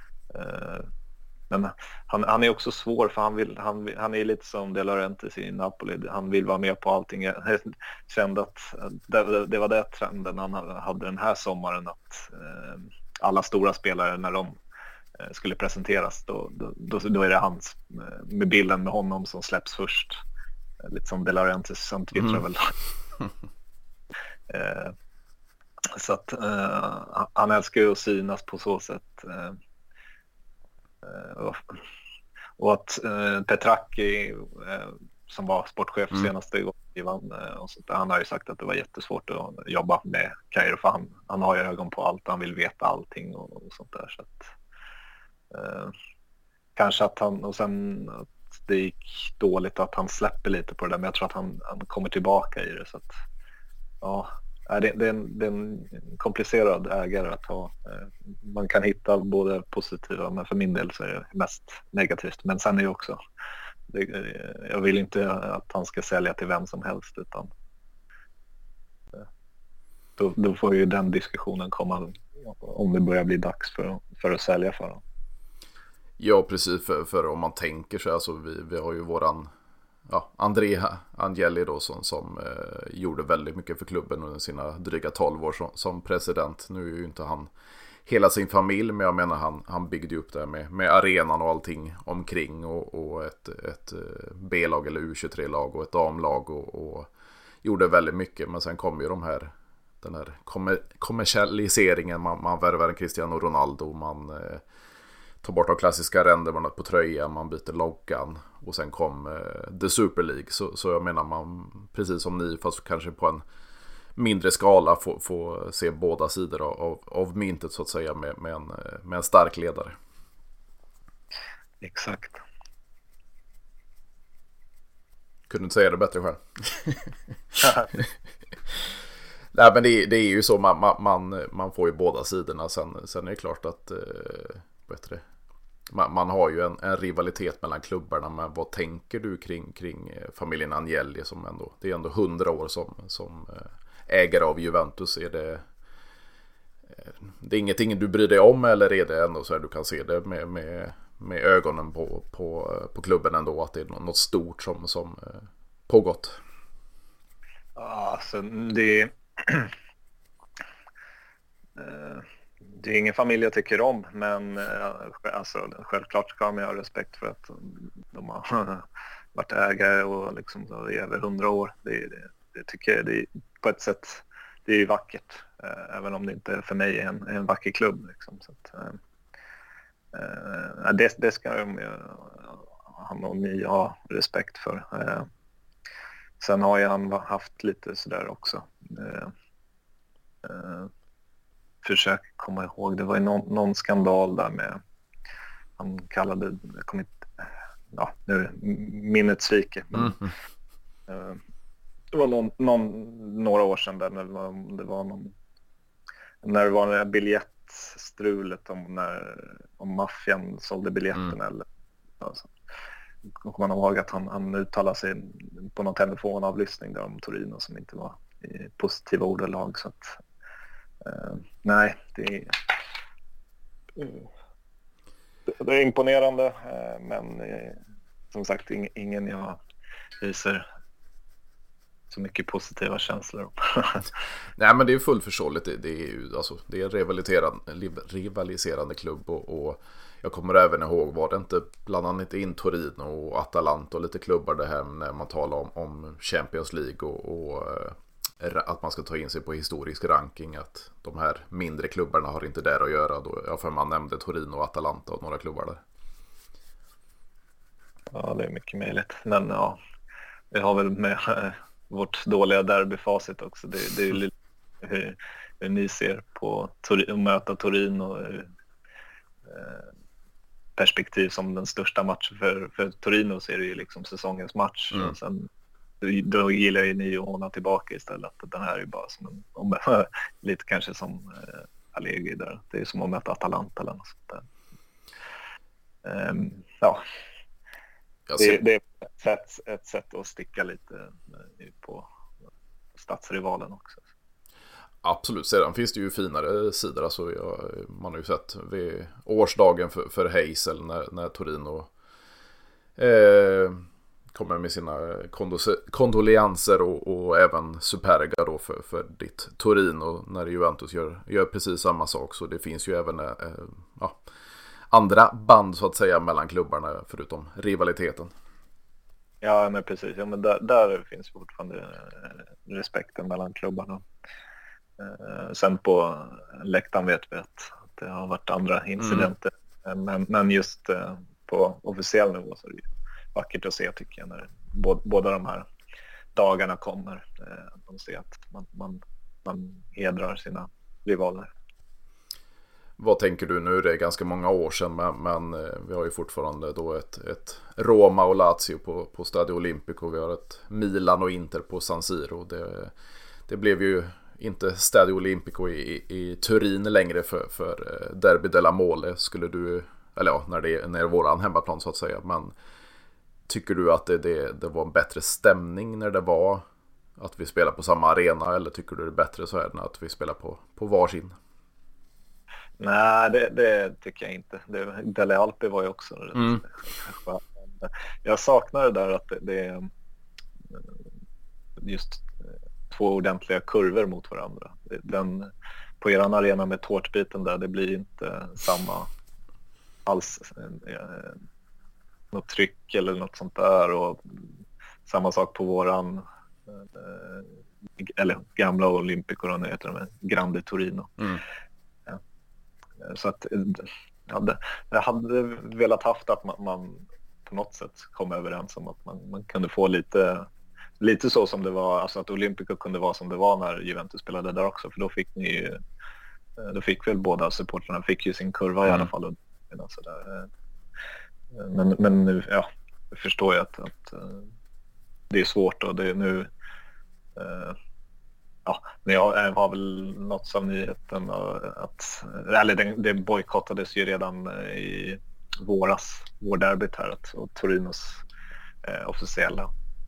Speaker 2: Men han är också svår, för han är lite som De Laurentiis i Napoli. Han vill vara med på allting. Jag kände att det var det trenden han hade den här sommaren, att alla stora spelare när de skulle presenteras då är det hans med bilden med honom som släpps först. Lite som De Laurentiis som twittrar väl. Så att han älskar ju att synas på så sätt. Och att Petracchi som var sportchef senaste gången, han har ju sagt att det var jättesvårt att jobba med Kairo, för han har ju ögon på allt, han vill veta allting och sånt där, så att kanske att och sen att det gick dåligt att han släpper lite på det där, men jag tror att han kommer tillbaka i det, så att det är en komplicerad ägare att ha. Man kan hitta både positiva, men för min del så är det mest negativt. Men sen är det också, jag vill inte att han ska sälja till vem som helst, utan då får ju den diskussionen komma om det börjar bli dags för att sälja för dem.
Speaker 1: Ja, precis, för om man tänker så, alltså vi har ju våran Andrea Agnelli då som gjorde väldigt mycket för klubben under sina dryga 12 år som president. Nu är ju inte han hela sin familj, men jag menar han byggde upp det med arenan och allting omkring, och ett B-lag eller U23-lag och ett damlag och gjorde väldigt mycket. Men sen kom ju den här kommersialiseringen, man värvar en Cristiano Ronaldo, man tar bort de klassiska arrendena på tröjan, man byter loggan, och sen kom The Super League. Så jag menar, man, precis som ni, fast kanske på en mindre skala, får se båda sidor av myntet så att säga, med en stark ledare.
Speaker 2: Exakt.
Speaker 1: Kunde inte säga det bättre själv. Nej, men det är ju så, man får ju båda sidorna. Sen är det klart att man har ju en rivalitet mellan klubbarna, men vad tänker du kring familjen Agnelli, som ändå, det är ändå 100 år som ägare av Juventus? Är det är ingenting du bryr dig om, eller är det ändå så här du kan se det med ögonen på klubben ändå, att det är något stort som pågått?
Speaker 2: Alltså det är ingen familj jag tycker om, men alltså, självklart ska man ha respekt för att de har varit ägare och liksom så i över 100 år. Det tycker jag, det är, på ett sätt, det är ju vackert, även om det inte för mig är en vacker klubb liksom. Så att, det ska han och ni ha respekt för. Sen har han haft lite sådär också. Försök komma ihåg, det var ju någon skandal där med, han kallade, jag kommer inte, nu minnet sviker, men det var några år sedan där när det var biljettstrulet om maffian sålde biljetten eller alltså. Kommer man ihåg att han uttalade sig på någon telefonavlyssning där om Torino som inte var i positiva ordalag, så att nej, det är imponerande, men som sagt ingen jag hyser så mycket positiva känslor om.
Speaker 1: Nej, men det är fullt förståeligt. Det är ju alltså, det är en rivaliserande klubb, och jag kommer även ihåg, var det inte bland annat in Torino och Atalanta och lite klubbar det här när man talar om Champions League och att man ska ta in sig på historisk ranking, att de här mindre klubbarna har inte där att göra då, för man nämnde Torino och Atalanta och några klubbar där.
Speaker 2: Ja, det är mycket möjligt, men ja, vi har väl med vårt dåliga derbyfacit också. Det är lite hur ni ser på att möta Torino perspektiv som den största matchen för Torino, så är det ju liksom säsongens match. Och sen då gillar ju ni att hålla tillbaka istället. Den här är ju bara som lite kanske som Allegri där. Det är som att möta Atalanta eller något sånt där. Ja. Det är ett sätt att sticka lite på stadsrivalen också.
Speaker 1: Absolut, sedan finns det ju finare sidor. Alltså man har ju sett vid årsdagen för Heysel när Torino kommer med sina kondoleanser och även Superga då för ditt Torino när Juventus gör precis samma sak. Så det finns ju även andra band så att säga mellan klubbarna förutom rivaliteten.
Speaker 2: Ja, men precis. Ja, men där finns fortfarande respekten mellan klubbarna. Sen på läktaren vet vi att det har varit andra incidenter. Men just på officiell nivå så är det ju vackert att se, tycker jag, när båda de här dagarna kommer. De ser att man hedrar sina rivaler.
Speaker 1: Vad tänker du nu? Det är ganska många år sedan, men vi har ju fortfarande då ett Roma och Lazio på Stadio Olimpico. Vi har ett Milan och Inter på San Siro. Det blev ju inte Stadio Olimpico i Turin längre för Derby della Mole. Skulle du, eller ja, när det är våran hemmaplan så att säga, men tycker du att det var en bättre stämning när det var att vi spelar på samma arena, eller tycker du det är bättre så här när att vi spelar på varsin?
Speaker 2: Nej, det tycker jag inte. Delle Alpi var ju också jag saknar det där att det är just två ordentliga kurvor mot varandra. På eran arena med tårtbiten där, det blir inte samma alls något tryck eller något sånt där, och samma sak på våran eller gamla Olympico då, nu heter det Grande Torino. Ja. Så att jag hade velat haft att man på något sätt kom överens om att man kunde få lite så som det var, alltså att Olympico kunde vara som det var när Juventus spelade där också, för då fick väl båda supporterna fick ju sin kurva i alla fall. Så där. Men nu, ja, jag förstår ju att det är svårt, och det är nu men jag har väl något av nyheten att det bojkottades ju redan i vårderbyt här, och Torinos officiella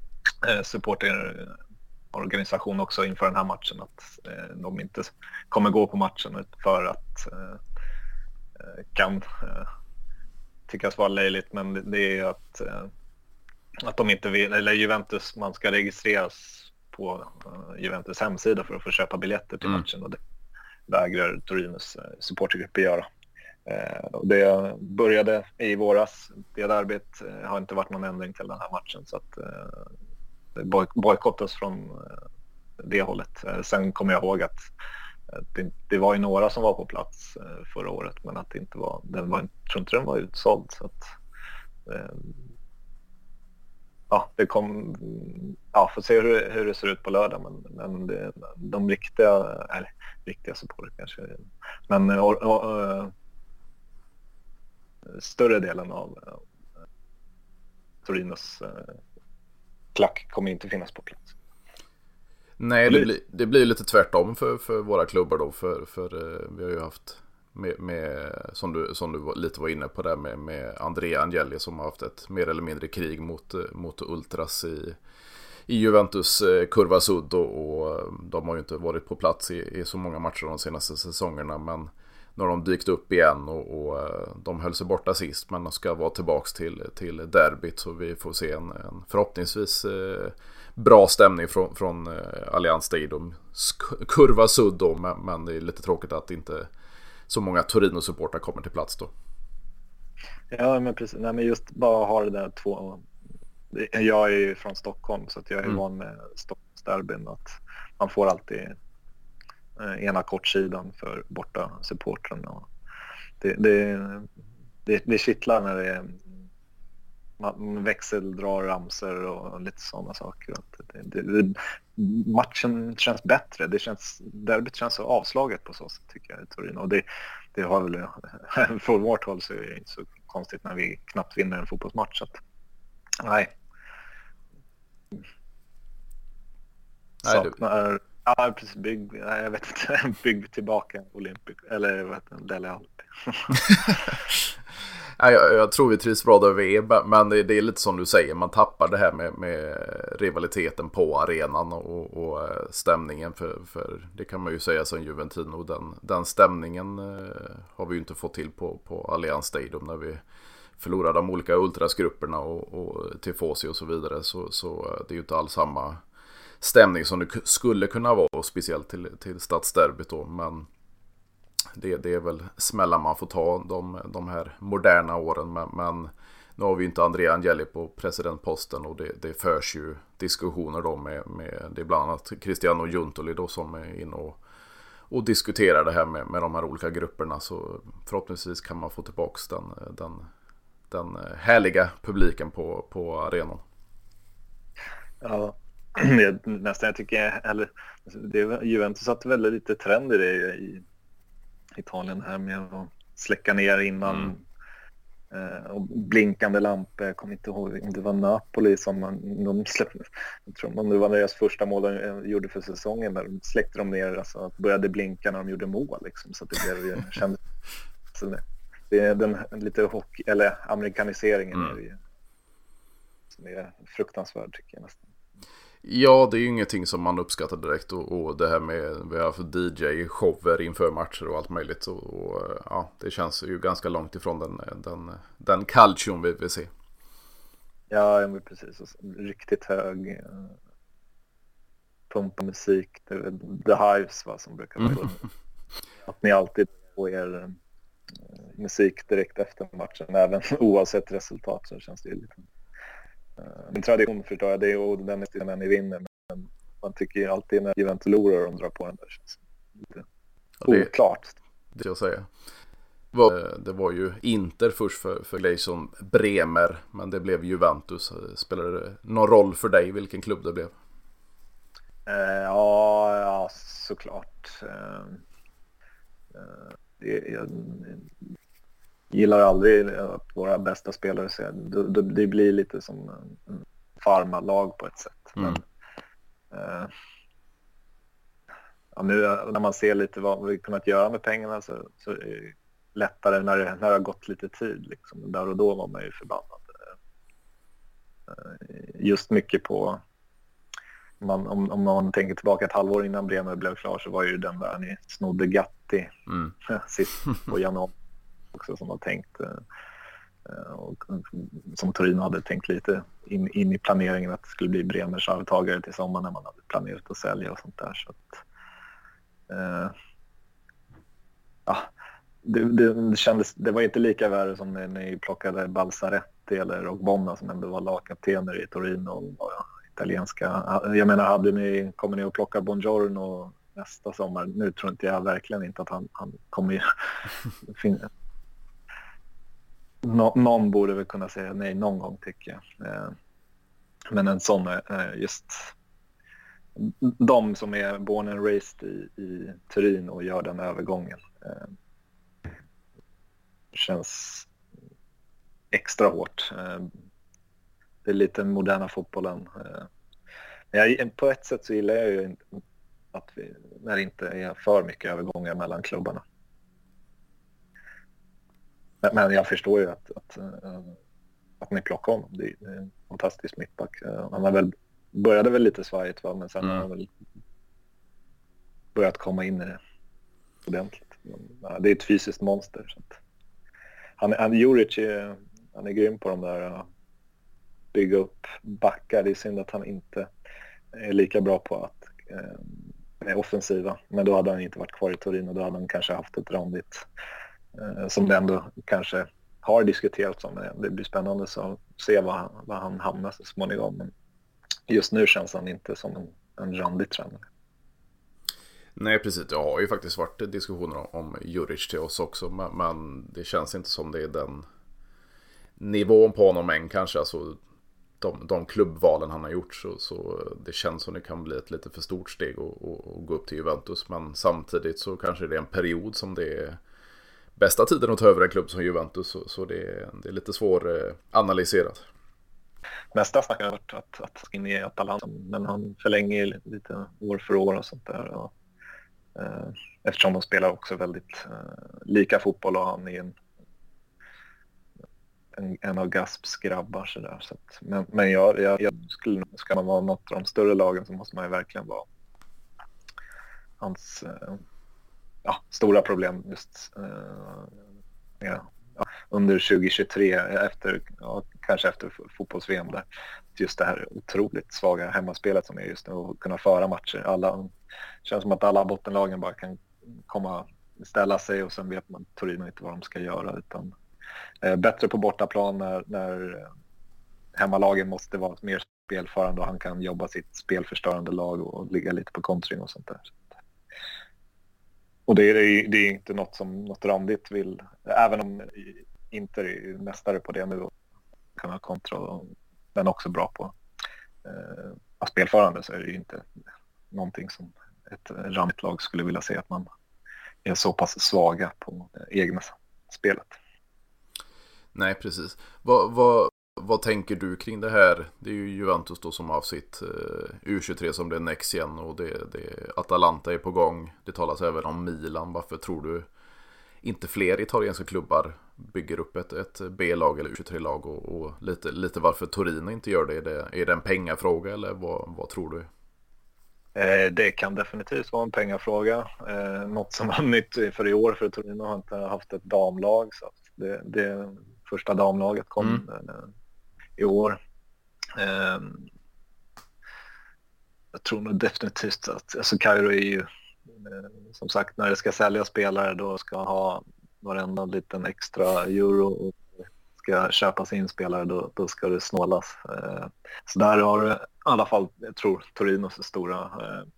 Speaker 2: supporterorganisation också inför den här matchen att de inte kommer gå på matchen för att kan tyckas vara löjligt, men det är att de inte vill, eller Juventus, man ska registreras på Juventus hemsida för att få köpa biljetter till matchen, och det vägrar Torinos supportergrupper göra. Och det började i våras. Det arbetet har inte varit någon ändring till den här matchen, så att det bojkottas från det hållet. Sen kommer jag ihåg att det var ju några som var på plats förra året, men att det inte var, jag tror inte den var utsåld, så att det kom, får se hur det ser ut på lördag, men de riktiga supporter kanske, men större delen av Torinos klack kommer inte finnas på plats.
Speaker 1: Nej, det blir lite tvärtom för våra klubbar då, för vi har ju haft med som du lite var inne på där med Andrea Agnelli, som har haft ett mer eller mindre krig mot Ultras i Juventus Curva Sud, och de har ju inte varit på plats i så många matcher de senaste säsongerna, men nu har de dykt upp igen, och de höll sig borta sist, men de ska vara tillbaks till derbyt, så vi får se en förhoppningsvis bra stämning från Allianz Stadium Curva Sud då, men det är lite tråkigt att inte så många Torino-supportrar kommer till plats då.
Speaker 2: Ja, men precis. Nej, men just bara ha det där två. Jag är ju från Stockholm, så att jag är van med Stockholmsderbyn, att man får alltid ena kortsidan för borta supportrarna. Det kittlar när det är man växeldrar ramser och lite sådana saker. Matchen känns bättre. Derbyt känns så avslaget på så sätt, tycker jag, i Torino. Och det har väl från vårt håll, så är det inte så konstigt när vi knappt vinner en fotbollsmatch. Så att, nej. Saknar... Ja, precis. Bygg tillbaka Olympic. Eller vad heter det? Dele Alpi.
Speaker 1: Jag tror vi trivs bra där vi är, men det är lite som du säger, man tappar det här med rivaliteten på arenan och stämningen, för det kan man ju säga som Juventino, den stämningen har vi ju inte fått till på Allianz Stadium när vi förlorade de olika ultrasgrupperna och tifosi och så vidare, så det är ju inte alls samma stämning som det skulle kunna vara, speciellt till stadsderbyt då, men det är väl smällar man får ta de här moderna åren, men nu har vi ju inte Andrea Agnelli på presidentposten, och det förs ju diskussioner då med det är bland annat Cristiano Giuntoli då som är inne och diskuterar det här med de här olika grupperna, så förhoppningsvis kan man få tillbaks den härliga publiken på arenan.
Speaker 2: Ja, nästan jag tycker, eller Juventus satt väldigt lite trend i det i Italien här med att släcka ner innan och blinkande lampor. Jag kommer inte ihåg om det var Napoli som de släppte. Jag tror om det var deras första mål de gjorde för säsongen, där släckte de ner, alltså att började blinka när de gjorde mål liksom, så att det blev kändes så det är den lite hockey eller amerikaniseringen är ju som är fruktansvärd, tycker jag nästan.
Speaker 1: Ja, det är ju ingenting som man uppskattar direkt, och det här med vi har för DJ-shower inför matcher och allt möjligt, och ja, det känns ju ganska långt ifrån den calcium vi vill se.
Speaker 2: Ja, men precis. Riktigt hög pumpa musik. The Hives, va, som brukar vara att ni alltid får er musik direkt efter matchen, även oavsett resultat, så känns det ju lite. En tradition, förstår jag, det är och den är när ni vinner, men man tycker ju alltid när Juventus förlorar de drar på den där, känns lite oklart.
Speaker 1: Det jag säger. Det var ju Inter först för Gleison Bremer, men det blev Juventus. Spelade det någon roll för dig vilken klubb det blev?
Speaker 2: Ja, såklart. Jag gillar aldrig att våra bästa spelare ser. Det blir lite som en farmarlag på ett sätt. Men, nu när man ser lite vad vi kunnat göra med pengarna, så är det lättare när det har gått lite tid. Liksom. Där och då var man ju förbannad. Just mycket på... Om man tänker tillbaka ett halvår innan Bremer blev klar, så var ju den där ni snodde Gatti sist på januari också, som har tänkt och som Torino hade tänkt lite in i planeringen att det skulle bli Bremers avtagare till sommaren, när man hade planerat att sälja och sånt där. Så att, det kändes, det var inte lika värre som när ni plockade Balzaretti eller Ogbonna, som ändå var lagkaptener i Torino och italienska. Jag menar, kommer ni att plocka Buongiorno nästa sommar? Nu tror inte jag verkligen inte att han kommer finna. Någon borde väl kunna säga nej någon gång, tycker jag. Men en sån just de som är born and raised i Turin och gör den övergången känns extra hårt. Det är lite moderna fotbollen. På ett sätt så gillar jag ju att när det inte är för mycket övergångar mellan klubbarna. Men jag förstår ju att ni plockar honom. Det är en fantastisk mittback. Han började väl lite svajigt, va? Men sen har han väl börjat komma in i det ordentligt. Det är ett fysiskt monster. Så att Juric han är grym på de där bygga upp backar. Det är synd att han inte är lika bra på att är offensiva. Men då hade han inte varit kvar i Torino, och då hade han kanske haft ett randigt som det ändå kanske har diskuterats om. Det blir spännande att se vad han hamnar så småningom. Men just nu känns han inte som en randig tränare.
Speaker 1: Nej, precis. Det har ju faktiskt varit diskussioner om Juric till oss också, men det känns inte som det är nivån på honom än kanske, alltså de klubbvalen han har gjort, så det känns som det kan bli ett lite för stort steg att gå upp till Juventus. Men samtidigt så kanske det är en period som det är bästa tiden att ta över en klubb som Juventus, så det är lite svår analyserat.
Speaker 2: Mesta snackar varit att in i Atalanta, men han förlänger lite år för år och sånt där. Och, eftersom de spelar också väldigt lika fotboll, och han är en av Gasps grabbar. Så där. Så att, men jag skulle, ska man vara något av de större lagen så måste man ju verkligen vara hans stora problem just under 2023 kanske efter fotbolls-VM där. Just det här otroligt svaga hemmaspelet som är just nu, och kunna föra matcher. Känns som att alla bottenlagen bara kan ställa sig, och sen vet man Torino inte vad de ska göra, utan bättre på bortaplan när hemmalagen måste vara mer spelförande och han kan jobba sitt spelförstörande lag och ligga lite på kontring och sånt där. Och det är inte något som något randigt vill, även om Inter är mästare på det nu och kan ha kontra, men också bra på spelförande, så är det ju inte någonting som ett randigt lag skulle vilja se, att man är så pass svaga på egna spelet.
Speaker 1: Nej, precis. Vad tänker du kring det här? Det är ju Juventus då som har sitt U23 som det är next gen, och Atalanta är på gång. Det talas även om Milan. Varför tror du inte fler italienska klubbar bygger upp ett B-lag eller U23-lag, och lite varför Torino inte gör det? Är det en pengafråga, eller vad tror du?
Speaker 2: Det kan definitivt vara en pengafråga. Något som var nytt för i år, för Torino har inte haft ett damlag, så det första damlaget kom i år. Jag tror nog definitivt att Cairo är ju som sagt, när det ska sälja spelare, då ska ha varenda liten extra euro, och ska köpas in spelare, då ska det snålas. Så där har det i alla fall, jag tror, Torino så stora.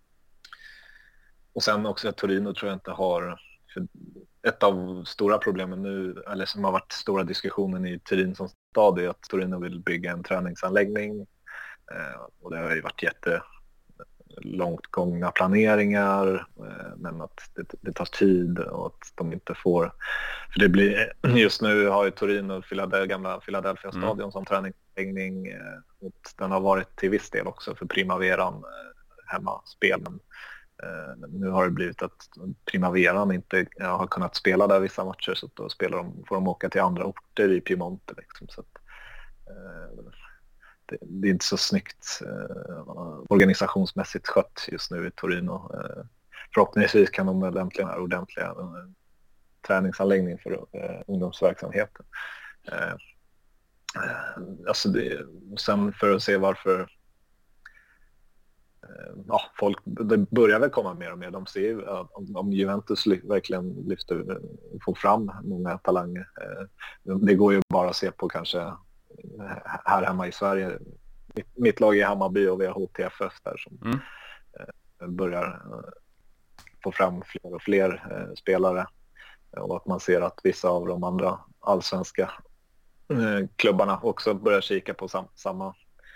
Speaker 2: Och sen också att Torino tror jag inte har, ett av stora problemen nu, eller som har varit stora diskussionen i Turin som stad, är att Torino vill bygga en träningsanläggning, och det har ju varit långt gångna planeringar, men att det tar tid och att de inte får, för det blir, just nu har ju Torino gamla Philadelphia stadion som träningsanläggning, och den har varit till viss del också för Primaveran hemmaspelen. Nu har det blivit att Primaveran inte har kunnat spela där vissa matcher, så då får de åka till andra orter i Piemonte liksom, så att det är inte så snyggt organisationsmässigt skött just nu i Torino. Förhoppningsvis kan de lämpligen ha ordentliga träningsanläggning för ungdomsverksamheten. Alltså sen för att se varför folk, det börjar väl komma mer och mer. De ser ju om Juventus verkligen får fram många talanger. Det går ju bara att se på kanske här hemma i Sverige. Mitt lag är Hammarby, och vi har HTFF där som börjar få fram fler och fler spelare, och att man ser att vissa av de andra allsvenska klubbarna också börjar kika på samma.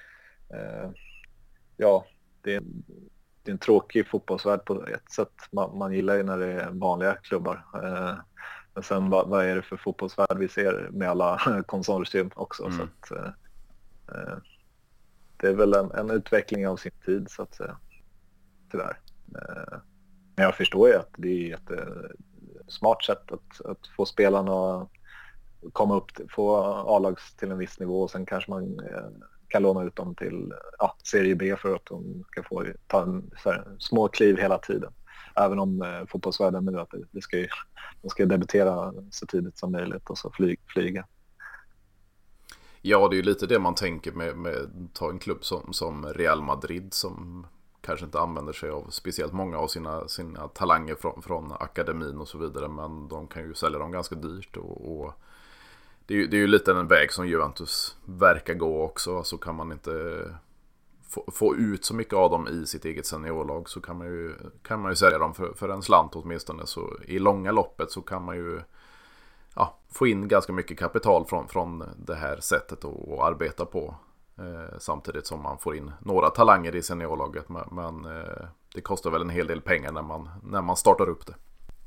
Speaker 2: Det är en tråkig fotbollsvärld på ett sätt. Man gillar ju när det är vanliga klubbar. Men sen vad är det för fotbollsvärld vi ser med alla konsortium också. Så att, det är väl en utveckling av sin tid, så att säga. Tyvärr. Men jag förstår ju att det är ett smart sätt att få spelarna komma upp, få A-lags till en viss nivå, och sen kanske man kan låna ut dem till Serie B för att de ska få ta små kliv hela tiden. Även om fotbollsvärlden nu att de ska debutera så tidigt som möjligt och så flyga.
Speaker 1: Ja, det är ju lite det man tänker med ta en klubb som Real Madrid, som kanske inte använder sig av speciellt många av sina talanger från akademin och så vidare, men de kan ju sälja dem ganska dyrt, och det är ju lite en väg som Juventus verkar gå också. Så kan man inte få ut så mycket av dem i sitt eget seniorlag, så kan man ju sälja dem för en slant åtminstone. Så i långa loppet så kan man ju få in ganska mycket kapital från det här sättet att arbeta på. Samtidigt som man får in några talanger i seniorlaget. Men det kostar väl en hel del pengar när man startar upp det.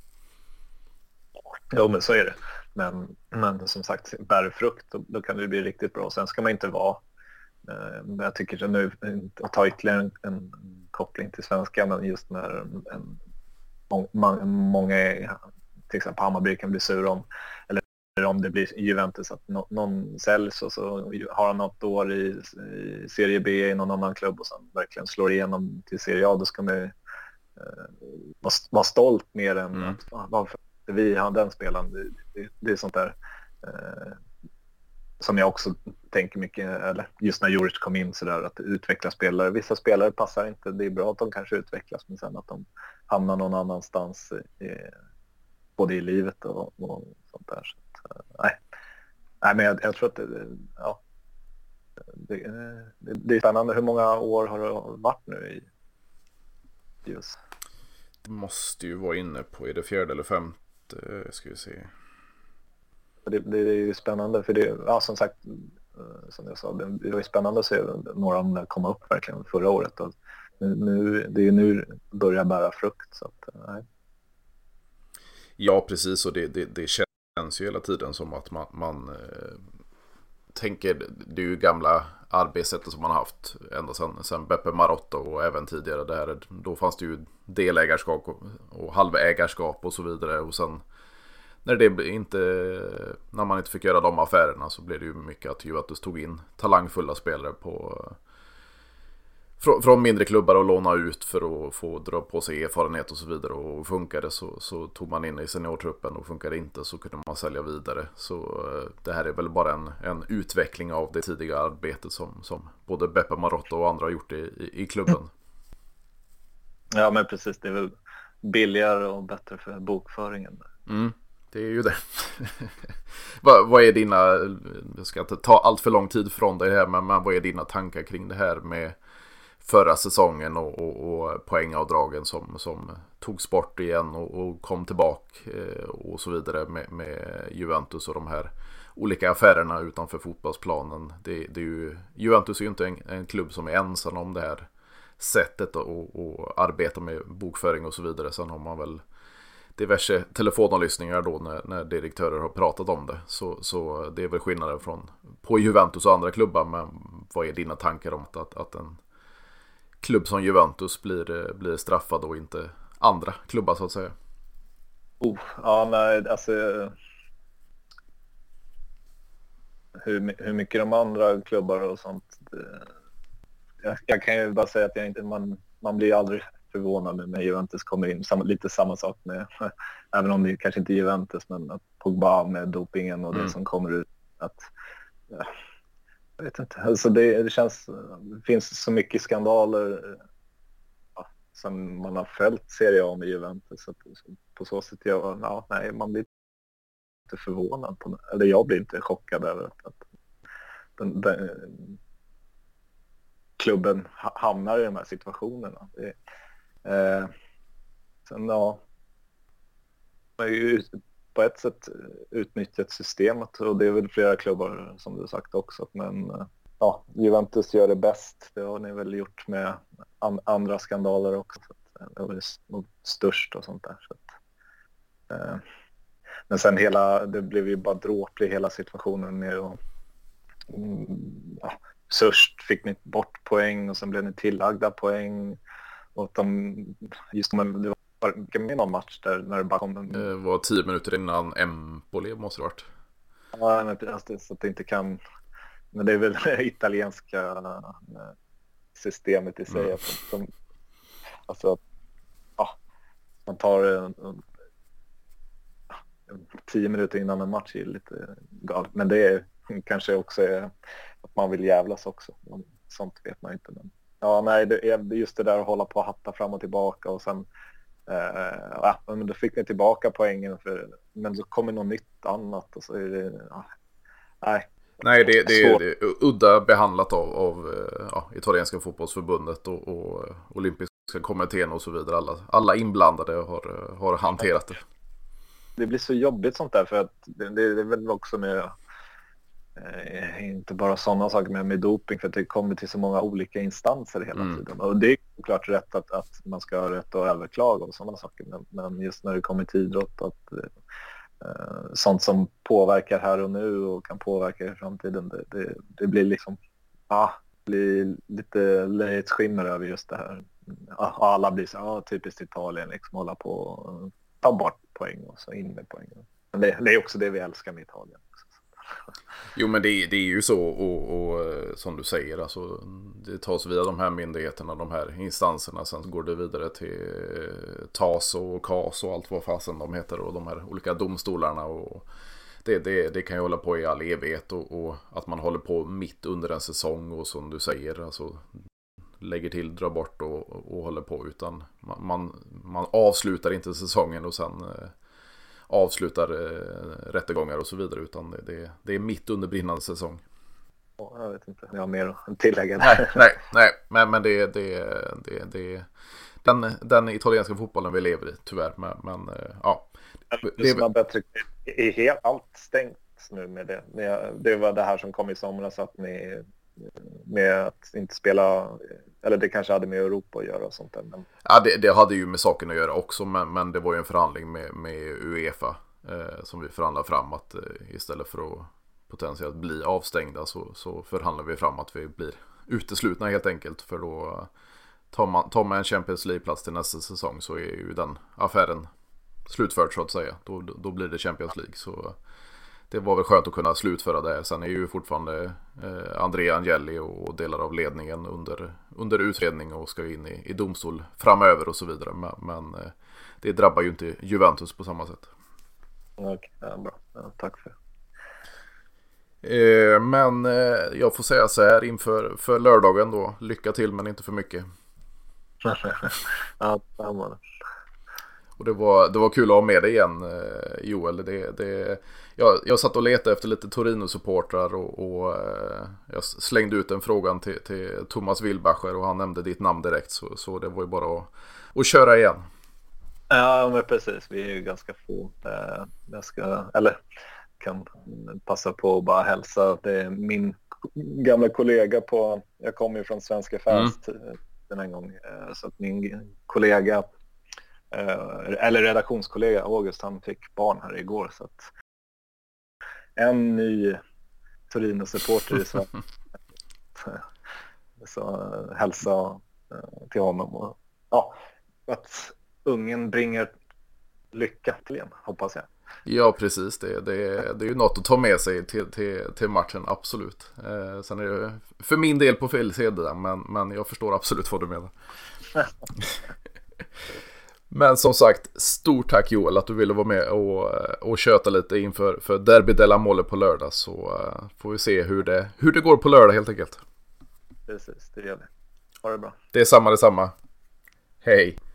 Speaker 2: Jo, men så är det. Men som sagt, bär frukt, då kan det bli riktigt bra. Sen ska man inte vara... jag tycker att nu, att ta ytterligare en koppling till svenska, men just när många, till exempel Hammarby, kan bli sur om, eller om det blir Juventus att någon säljs och så har han något år i Serie B i någon annan klubb och sen verkligen slår igenom till Serie A, då ska man vara stolt mer än att varför vi har den spelaren. Det är sånt där som jag också tänker mycket, eller just när Juric kom in så där, att utveckla spelare. Vissa spelare passar inte, det är bra att de kanske utvecklas, men sen att de hamnar någon annanstans både i livet och sånt där. Så att, nej, men jag tror att det är spännande. Hur många år har det varit nu i just?
Speaker 1: Det måste ju vara inne på, är det 4:e eller 5:e, ska vi se.
Speaker 2: Det är ju spännande för det, som sagt, som jag sa, det var ju spännande att se några av dem komma upp verkligen förra året, och nu börjar bära frukt, så att, nej.
Speaker 1: Ja, precis, och det känns ju hela tiden som att man tänker, det är ju gamla arbetssättet som man har haft ända sedan Beppe Marotta och även tidigare då fanns det ju delägarskap och halvägarskap och så vidare, och sen när man inte fick göra de affärerna så blev det ju mycket att Juventus tog in talangfulla spelare från mindre klubbar och låna ut för att få dra på sig erfarenhet och så vidare, och funkade så tog man in i seniortruppen, och funkade inte så kunde man sälja vidare. Så det här är väl bara en utveckling av det tidiga arbetet som både Beppe Marotta och andra har gjort i klubben. Ja,
Speaker 2: men precis, det är väl billigare och bättre för bokföringen.
Speaker 1: Det är ju det. Vad är dina, jag ska inte ta allt för lång tid från det här, men vad är dina tankar kring det här med förra säsongen och poängavdragen som togs bort igen och kom tillbaka och så vidare med Juventus och de här olika affärerna utanför fotbollsplanen. Det är ju, Juventus är ju inte en klubb som är ensam om det här sättet att arbeta med bokföring och så vidare. Sen har man väl diverse telefonavlyssningar då när direktörer har pratat om det. Så det är väl skillnaden på Juventus och andra klubbar. Men vad är dina tankar om att en klubb som Juventus blir straffad och inte andra klubbar, så att säga?
Speaker 2: Alltså hur mycket de andra klubbar och sånt, jag kan ju bara säga att man blir aldrig förvånad när Juventus kommer in. Lite samma sak med, även om det kanske inte är Juventus, men att Pogba med dopingen och det som kommer ut, att jag vet inte, alltså det känns, det finns så mycket skandaler som man har följt Serie A med Juventus, så att på så sätt man blir inte förvånad eller jag blir inte chockad över att den klubben hamnar i de här situationerna. Sen man är ju på ett sätt utnyttjat systemet, och det är väl flera klubbar som du sagt också, men Juventus gör det bäst. Det har ni väl gjort med andra skandaler också, så att det var nog störst och sånt där, så att, men sen det blev ju bara dråplig hela situationen med och först fick ni bort poäng och sen blev ni tillagda poäng, och det var med någon match där när det bara kom
Speaker 1: det var 10 minuter innan Empoli måste det varit.
Speaker 2: Ja, men alltså, så att det inte kan, men det är väl det italienska systemet i sig, att man tar 10 minuter innan en match är lite galet, men det är kanske också att man vill jävlas också, sånt vet man inte, men det är just det där att hålla på och hatta fram och tillbaka, och sen men då fick ni tillbaka poängen men så kommer något nytt annat, och så är det
Speaker 1: nej, det är udda behandlat av italienska fotbollsförbundet och olympiska kommittén och så vidare. Alla inblandade har hanterat det.
Speaker 2: Ja, men precis, det känns, det finns så mycket skandaler. Ja, som man har följt Serie A med Juventus, att man blir aldrig förvånad på, eller jag blir inte förvånad.
Speaker 1: har hanterat det.
Speaker 2: det blir så jobbigt sånt där, för att det är väl också med inte bara sådana saker med doping, för att det kommer till så många olika instanser hela tiden. Och det är klart rätt att man ska ha rätt att överklaga och sådana saker, men just när det kommer till idrott, att sånt som påverkar här och nu och kan påverka i framtiden, det blir liksom blir lite löjets skimmer över just det här. Alla blir så typiskt Italien, liksom hålla på och ta bort poäng och så in med poäng. Men det är också det vi älskar med Italien.
Speaker 1: Jo, men det är ju så, och som du säger, alltså, det tas via de här myndigheterna, de här instanserna, sen går det vidare till TAS och KAS och allt vad fasen de heter, och de här olika domstolarna, och det kan ju hålla på i all evighet, och att man håller på mitt under en säsong och som du säger, alltså lägger till, drar bort och håller på, utan man avslutar inte säsongen och sen avslutar rättegångar och så vidare, utan det är mitt under brinnande säsong.
Speaker 2: Jag vet inte, jag har mer att tillägga.
Speaker 1: Nej, men det är den italienska fotbollen vi lever i, tyvärr, men ja.
Speaker 2: Är helt allt stängt nu med det? Det var det här som kom i somras, att ni med att inte spela, eller det kanske hade med Europa att göra och sånt där. Men...
Speaker 1: Ja, det hade ju med saken att göra också, men det var ju en förhandling med UEFA som vi förhandlade fram, att istället för att potentiellt bli avstängda så förhandlar vi fram att vi blir uteslutna helt enkelt, för då tar man en Champions League-plats till nästa säsong, så är ju den affären slutförd, så att säga. Då blir det Champions League, så det var väl skönt att kunna slutföra det. Sen är ju fortfarande Andrea Agnelli och delar av ledningen under utredning och ska in i domstol framöver och så vidare, men det drabbar ju inte Juventus på samma sätt.
Speaker 2: Okej, bra. Ja, tack för det.
Speaker 1: Men jag får säga så här inför lördagen då, lycka till men inte för mycket.
Speaker 2: Ja,
Speaker 1: och det var kul att ha med dig igen, Joel. Jag satt och letade efter lite Torino-supportrar och jag slängde ut en frågan till Thomas Wilbacher, och han nämnde ditt namn direkt, så det var ju bara att köra igen.
Speaker 2: Ja, men precis. Vi är ju ganska få. Jag kan passa på att bara hälsa. Det är min gamla kollega jag kommer ju från Svenska fans den här gången. Så att min kollega, eller redaktionskollega August, han fick barn här igår, så att en ny Torino-supporter i Sverige. Så hälsa till honom, och att ungen bringar lycka till igen, hoppas jag.
Speaker 1: Ja, precis. Det är ju något att ta med sig till matchen, absolut. Sen är det för min del på fel sida, men jag förstår absolut vad du menar. Men som sagt, stort tack Joel att du ville vara med och köta lite inför Derby della Mole på lördag, så får vi se hur det går på lördag helt enkelt.
Speaker 2: Precis, det gör vi. Ha det bra.
Speaker 1: Det är detsamma. Hej.